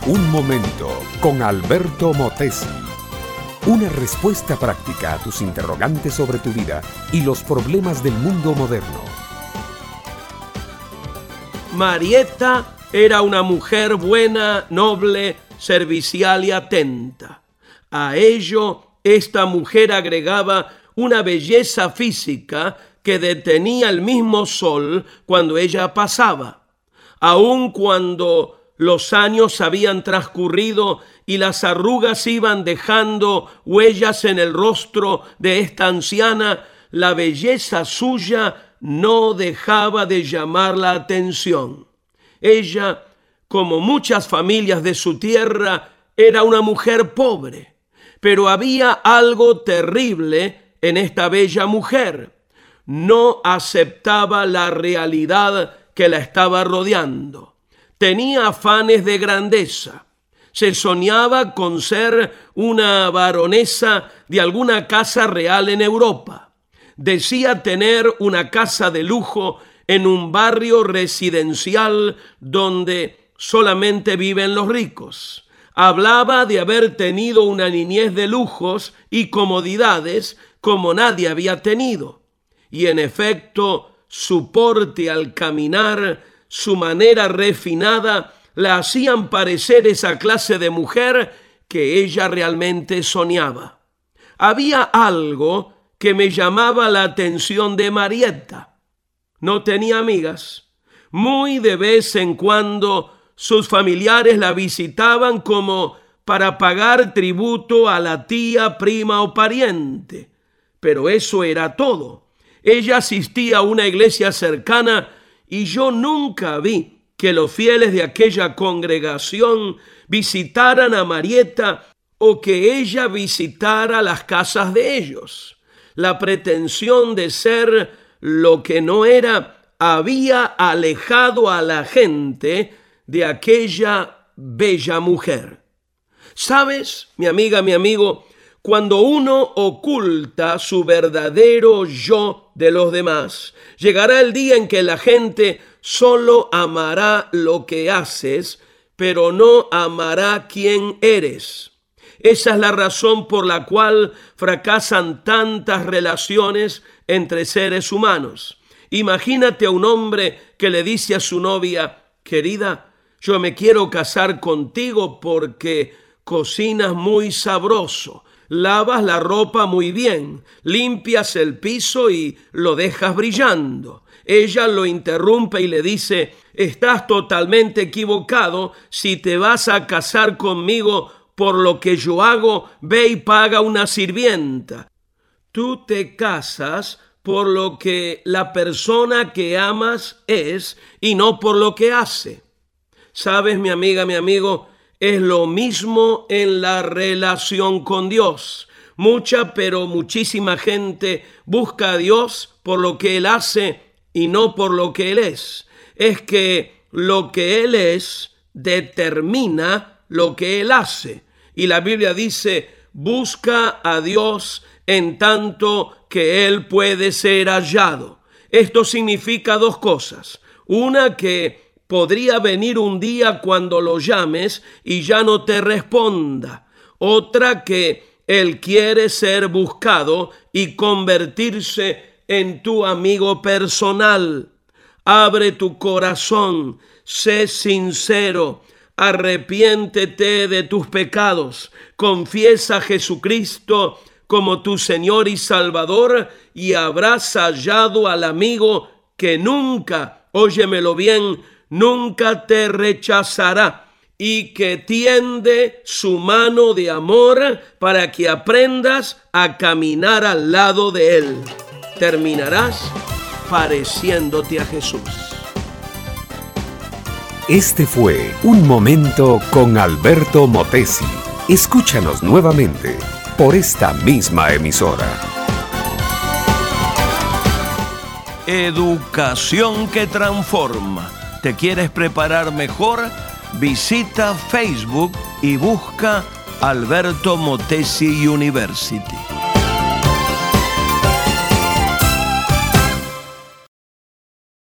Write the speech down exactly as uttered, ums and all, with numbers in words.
Un momento con Alberto Motesi. Una respuesta práctica a tus interrogantes sobre tu vida y los problemas del mundo moderno. Marieta era una mujer buena, noble, servicial y atenta. A ello, esta mujer agregaba una belleza física que detenía el mismo sol cuando ella pasaba. Aun cuando los años habían transcurrido y las arrugas iban dejando huellas en el rostro de esta anciana, la belleza suya no dejaba de llamar la atención. Ella, como muchas familias de su tierra, era una mujer pobre, pero había algo terrible en esta bella mujer. No aceptaba la realidad que la estaba rodeando. Tenía afanes de grandeza. Se soñaba con ser una baronesa de alguna casa real en Europa. Decía tener una casa de lujo en un barrio residencial donde solamente viven los ricos. Hablaba de haber tenido una niñez de lujos y comodidades como nadie había tenido. Y en efecto, su porte al caminar, su manera refinada, la hacían parecer esa clase de mujer que ella realmente soñaba. Había algo que me llamaba la atención de Marieta. No tenía amigas. Muy de vez en cuando sus familiares la visitaban como para pagar tributo a la tía, prima o pariente. Pero eso era todo. Ella asistía a una iglesia cercana y yo nunca vi que los fieles de aquella congregación visitaran a Marieta o que ella visitara las casas de ellos. La pretensión de ser lo que no era había alejado a la gente de aquella bella mujer. ¿Sabes, mi amiga, mi amigo? Cuando uno oculta su verdadero yo de los demás, llegará el día en que la gente solo amará lo que haces, pero no amará quién eres. Esa es la razón por la cual fracasan tantas relaciones entre seres humanos. Imagínate a un hombre que le dice a su novia: querida, yo me quiero casar contigo porque cocinas muy sabroso, lavas la ropa muy bien, limpias el piso y lo dejas brillando. Ella lo interrumpe y le dice: estás totalmente equivocado. Si te vas a casar conmigo por lo que yo hago, ve y paga una sirvienta. Tú te casas por lo que la persona que amas es y no por lo que hace. ¿Sabes, mi amiga, mi amigo? Es lo mismo en la relación con Dios. Mucha, pero muchísima gente busca a Dios por lo que Él hace y no por lo que Él es. Es que lo que Él es determina lo que Él hace. Y la Biblia dice: busca a Dios en tanto que Él puede ser hallado. Esto significa dos cosas. Una, que podría venir un día cuando lo llames y ya no te responda. Otra, que Él quiere ser buscado y convertirse en tu amigo personal. Abre tu corazón, sé sincero, arrepiéntete de tus pecados, confiesa a Jesucristo como tu Señor y Salvador y habrás hallado al amigo que nunca, óyemelo bien, nunca te rechazará y que tiende su mano de amor para que aprendas a caminar al lado de Él. Terminarás pareciéndote a Jesús. Este fue Un Momento con Alberto Motesi. Escúchanos nuevamente por esta misma emisora. Educación que transforma. ¿Te quieres preparar mejor? Visita Facebook y busca Alberto Motesi University.